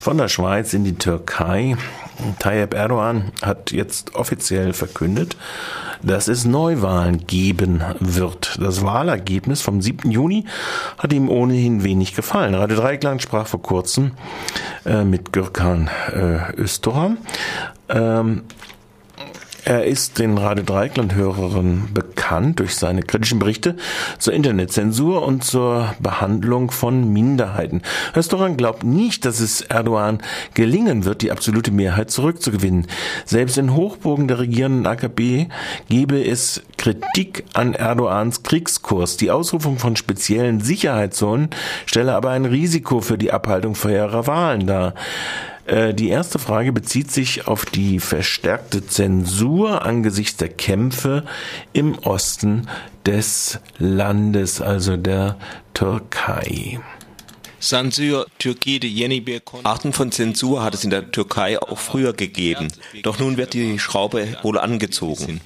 von der Schweiz in die Türkei. Tayyip Erdogan hat jetzt offiziell verkündet, dass es Neuwahlen geben wird. Das Wahlergebnis vom 7. Juni hat ihm ohnehin wenig gefallen. Radio Dreieckland sprach vor kurzem mit Gürkan Özturan. Er ist den Radio Dreieckland-Hörerinnen bekannt durch seine kritischen Berichte zur Internetzensur und zur Behandlung von Minderheiten. Özturan glaubt nicht, dass es Erdogan gelingen wird, die absolute Mehrheit zurückzugewinnen. Selbst in Hochburgen der regierenden AKP gebe es Kritik an Erdogans Kriegskurs. Die Ausrufung von speziellen Sicherheitszonen stelle aber ein Risiko für die Abhaltung fairer Wahlen dar. Die erste Frage bezieht sich auf die verstärkte Zensur angesichts der Kämpfe im Osten des Landes, also der Türkei. Arten von Zensur hat es in der Türkei auch früher gegeben. Doch nun wird die Schraube wohl angezogen.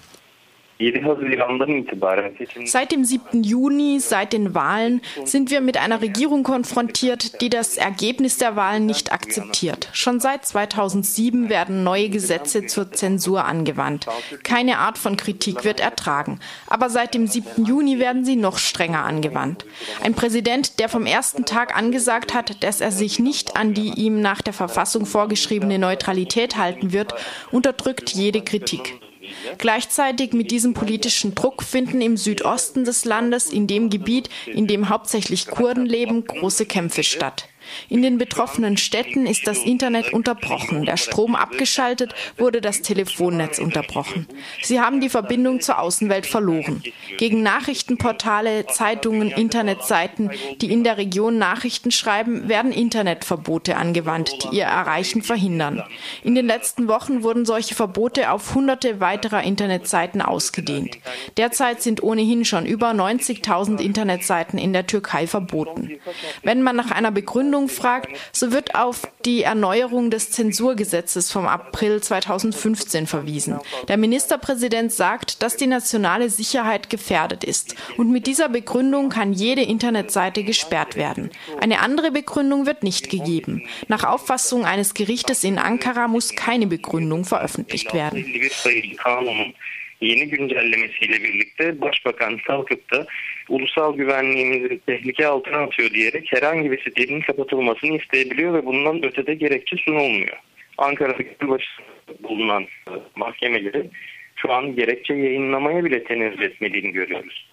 Seit dem 7. Juni, seit den Wahlen, sind wir mit einer Regierung konfrontiert, die das Ergebnis der Wahlen nicht akzeptiert. Schon seit 2007 werden neue Gesetze zur Zensur angewandt. Keine Art von Kritik wird ertragen. Aber seit dem 7. Juni werden sie noch strenger angewandt. Ein Präsident, der vom ersten Tag angesagt hat, dass er sich nicht an die ihm nach der Verfassung vorgeschriebene Neutralität halten wird, unterdrückt jede Kritik. Gleichzeitig mit diesem politischen Druck finden im Südosten des Landes, in dem Gebiet, in dem hauptsächlich Kurden leben, große Kämpfe statt. In den betroffenen Städten ist das Internet unterbrochen, der Strom abgeschaltet, wurde das Telefonnetz unterbrochen. Sie haben die Verbindung zur Außenwelt verloren. Gegen Nachrichtenportale, Zeitungen, Internetseiten, die in der Region Nachrichten schreiben, werden Internetverbote angewandt, die ihr Erreichen verhindern. In den letzten Wochen wurden solche Verbote auf Hunderte weiterer Internetseiten ausgedehnt. Derzeit sind ohnehin schon über 90.000 Internetseiten in der Türkei verboten. Wenn man nach einer Begründung fragt, so wird auf die Erneuerung des Zensurgesetzes vom April 2015 verwiesen. Der Ministerpräsident sagt, dass die nationale Sicherheit gefährdet ist. Und mit dieser Begründung kann jede Internetseite gesperrt werden. Eine andere Begründung wird nicht gegeben. Nach Auffassung eines Gerichtes in Ankara muss keine Begründung veröffentlicht werden. Yeni güncellemesiyle birlikte Başbakan kalkıp da ulusal güvenliğimizi tehlike altına atıyor diyerek herhangi bir sitenin kapatılmasını isteyebiliyor ve bundan ötede gerekçe sunulmuyor. Ankara'daki başında bulunan mahkemeleri şu an gerekçe yayınlamaya bile tenezzül etmediğini görüyoruz.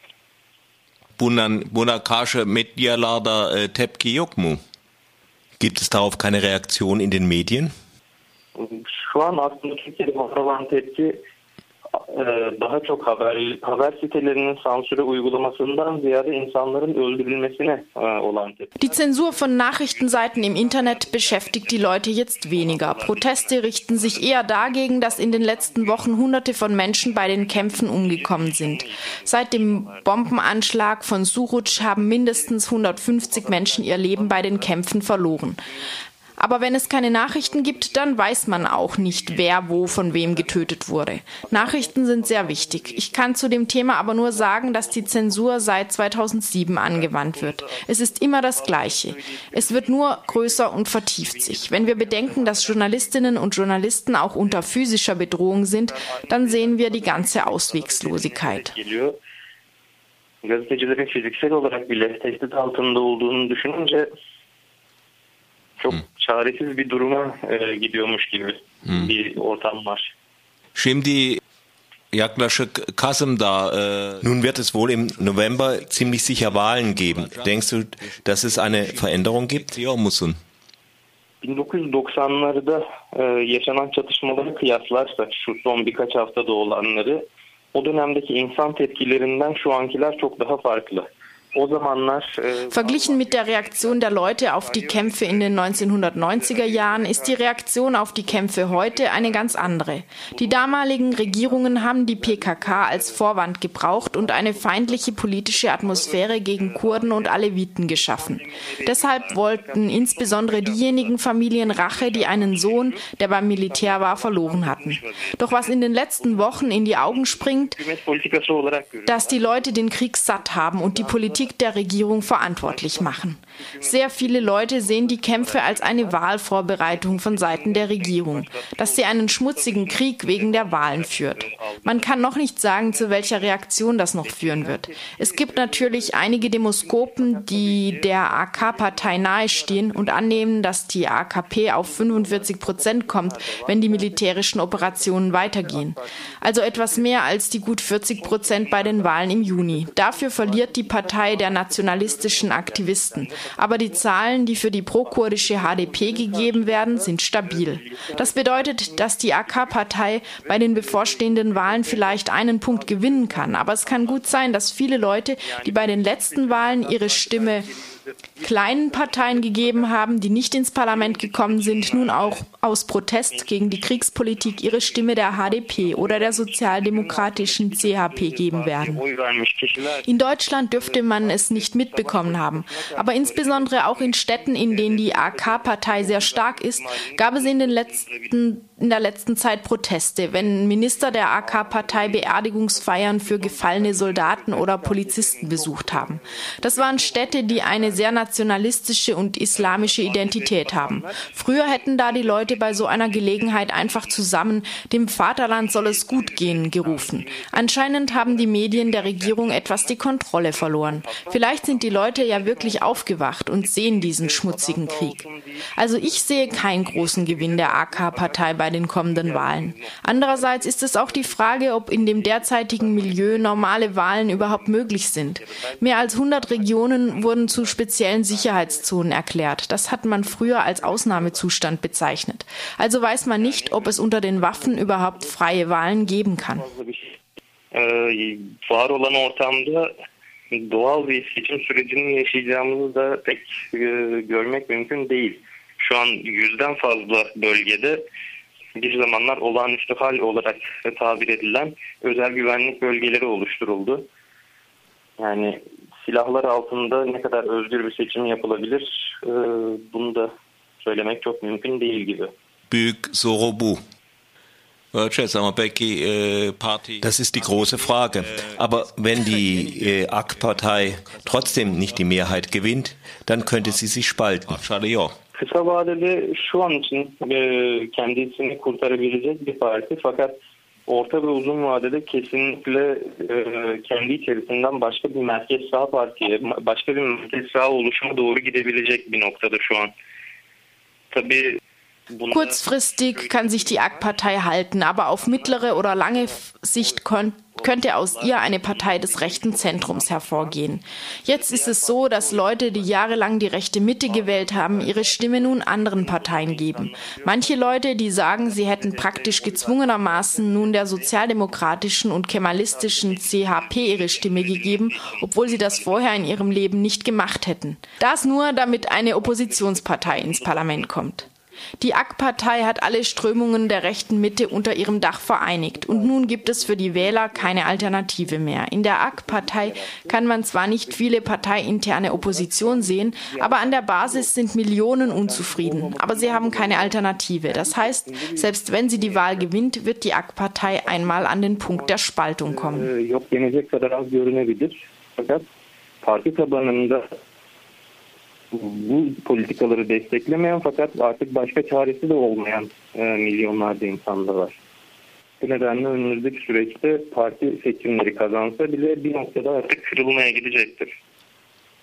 Buna karşı medyalarda tepki yok mu? Gibt es darauf keine Reaktion in den Medien? Şu an aslında Türkiye'de olan tepki daha çok haber sitelerinin sansüre uygulamasından ziyade insanların öldürülmesine olan tepki. Die Zensur von Nachrichtenseiten im Internet beschäftigt die Leute jetzt weniger. Proteste richten sich eher dagegen, dass in den letzten Wochen Hunderte von Menschen bei den Kämpfen umgekommen sind. Seit dem Bombenanschlag von Suruç haben mindestens 150 Menschen ihr Leben bei den Kämpfen verloren. Aber wenn es keine Nachrichten gibt, dann weiß man auch nicht, wer wo von wem getötet wurde. Nachrichten sind sehr wichtig. Ich kann zu dem Thema aber nur sagen, dass die Zensur seit 2007 angewandt wird. Es ist immer das Gleiche. Es wird nur größer und vertieft sich. Wenn wir bedenken, dass Journalistinnen und Journalisten auch unter physischer Bedrohung sind, dann sehen wir die ganze Auswegslosigkeit. Gazetecilerin fiziksel olarak bile tehdit altında olduğunu düşününce çok çaresiz bir duruma gidiyormuş gibi bir ortam var. Şimdi yaklaşık Kasım'da, nun wird es wohl im November ziemlich sicher Wahlen geben. Denkst du, dass es eine Veränderung gibt? Yok musun? 1990'larda yaşanan çatışmaları kıyaslarsak şu son birkaç haftada olanları, o dönemdeki insan tepkilerinden şu ankiler çok daha farklı. Verglichen mit der Reaktion der Leute auf die Kämpfe in den 1990er Jahren ist die Reaktion auf die Kämpfe heute eine ganz andere. Die damaligen Regierungen haben die PKK als Vorwand gebraucht und eine feindliche politische Atmosphäre gegen Kurden und Aleviten geschaffen. Deshalb wollten insbesondere diejenigen Familien Rache, die einen Sohn, der beim Militär war, verloren hatten. Doch was in den letzten Wochen in die Augen springt, dass die Leute den Krieg satt haben und die Politik Politik der Regierung verantwortlich machen. Sehr viele Leute sehen die Kämpfe als eine Wahlvorbereitung von Seiten der Regierung, dass sie einen schmutzigen Krieg wegen der Wahlen führt. Man kann noch nicht sagen, zu welcher Reaktion das noch führen wird. Es gibt natürlich einige Demoskopen, die der AK-Partei nahestehen und annehmen, dass die AKP auf 45% kommt, wenn die militärischen Operationen weitergehen. Also etwas mehr als die gut 40% bei den Wahlen im Juni. Dafür verliert die Partei der nationalistischen Aktivisten. Aber die Zahlen, die für die prokurdische HDP gegeben werden, sind stabil. Das bedeutet, dass die AK-Partei bei den bevorstehenden Wahlen vielleicht einen Punkt gewinnen kann. Aber es kann gut sein, dass viele Leute, die bei den letzten Wahlen ihre Stimme kleinen Parteien gegeben haben, die nicht ins Parlament gekommen sind, nun auch aus Protest gegen die Kriegspolitik ihre Stimme der HDP oder der sozialdemokratischen CHP geben werden. In Deutschland dürfte man es nicht mitbekommen haben, aber insbesondere auch in Städten, in denen die AK-Partei sehr stark ist, gab es in der letzten Zeit Proteste, wenn Minister der AK-Partei Beerdigungsfeiern für gefallene Soldaten oder Polizisten besucht haben. Das waren Städte, die eine sehr nationalistische und islamische Identität haben. Früher hätten da die Leute bei so einer Gelegenheit einfach zusammen „Dem Vaterland soll es gut gehen" gerufen. Anscheinend haben die Medien der Regierung etwas die Kontrolle verloren. Vielleicht sind die Leute ja wirklich aufgewacht und sehen diesen schmutzigen Krieg. Also ich sehe keinen großen Gewinn der AK-Partei bei den kommenden Wahlen. Andererseits ist es auch die Frage, ob in dem derzeitigen Milieu normale Wahlen überhaupt möglich sind. Mehr als 100 Regionen wurden zu speziellen Sicherheitszonen erklärt. Das hat man früher als Ausnahmezustand bezeichnet. Also weiß man nicht, ob es unter den Waffen überhaupt freie Wahlen geben kann. Var olan ortamda doğal bir seçim sürecinin yaşayacağımızı da pek görmek mümkün değil. Şu an 100'den fazla bölgede bir zamanlar olağanüstü hal olarak tabir edilen özel güvenlik bölgeleri oluşturuldu. Yani silahlar altında ne kadar özgür bir seçim yapılabilir, bunu da söylemek çok mümkün değil gibi. Büyük soru bu. Das ist die große Frage. Aber wenn die AK-Partei trotzdem nicht die Mehrheit gewinnt, dann könnte sie sich spalten. Kısa vadede şu an için kendisini kurtarabilecek bir parti, fakat orta ve uzun vadede kesinlikle kendi içerisinden başka bir merkez sağ partiye, başka bir merkez sağ oluşuma doğru gidebilecek bir noktada şu an. Tabii kurzfristig kann sich die AK-Partei halten, aber auf mittlere oder lange Sicht könnte aus ihr eine Partei des rechten Zentrums hervorgehen. Jetzt ist es so, dass Leute, die jahrelang die rechte Mitte gewählt haben, ihre Stimme nun anderen Parteien geben. Manche Leute, die sagen, sie hätten praktisch gezwungenermaßen nun der sozialdemokratischen und kemalistischen CHP ihre Stimme gegeben, obwohl sie das vorher in ihrem Leben nicht gemacht hätten. Das nur, damit eine Oppositionspartei ins Parlament kommt. Die AK-Partei hat alle Strömungen der rechten Mitte unter ihrem Dach vereinigt und nun gibt es für die Wähler keine Alternative mehr. In der AK-Partei kann man zwar nicht viele parteiinterne Opposition sehen, aber an der Basis sind Millionen unzufrieden. Aber sie haben keine Alternative. Das heißt, selbst wenn sie die Wahl gewinnt, wird die AK-Partei einmal an den Punkt der Spaltung kommen. Bu politikaları desteklemeyen fakat artık başka çaresi de olmayan milyonlarca insan da var. Bu nedenle önümüzdeki süreçte parti seçimleri kazansa bile bir noktada artık kırılmaya gidecektir.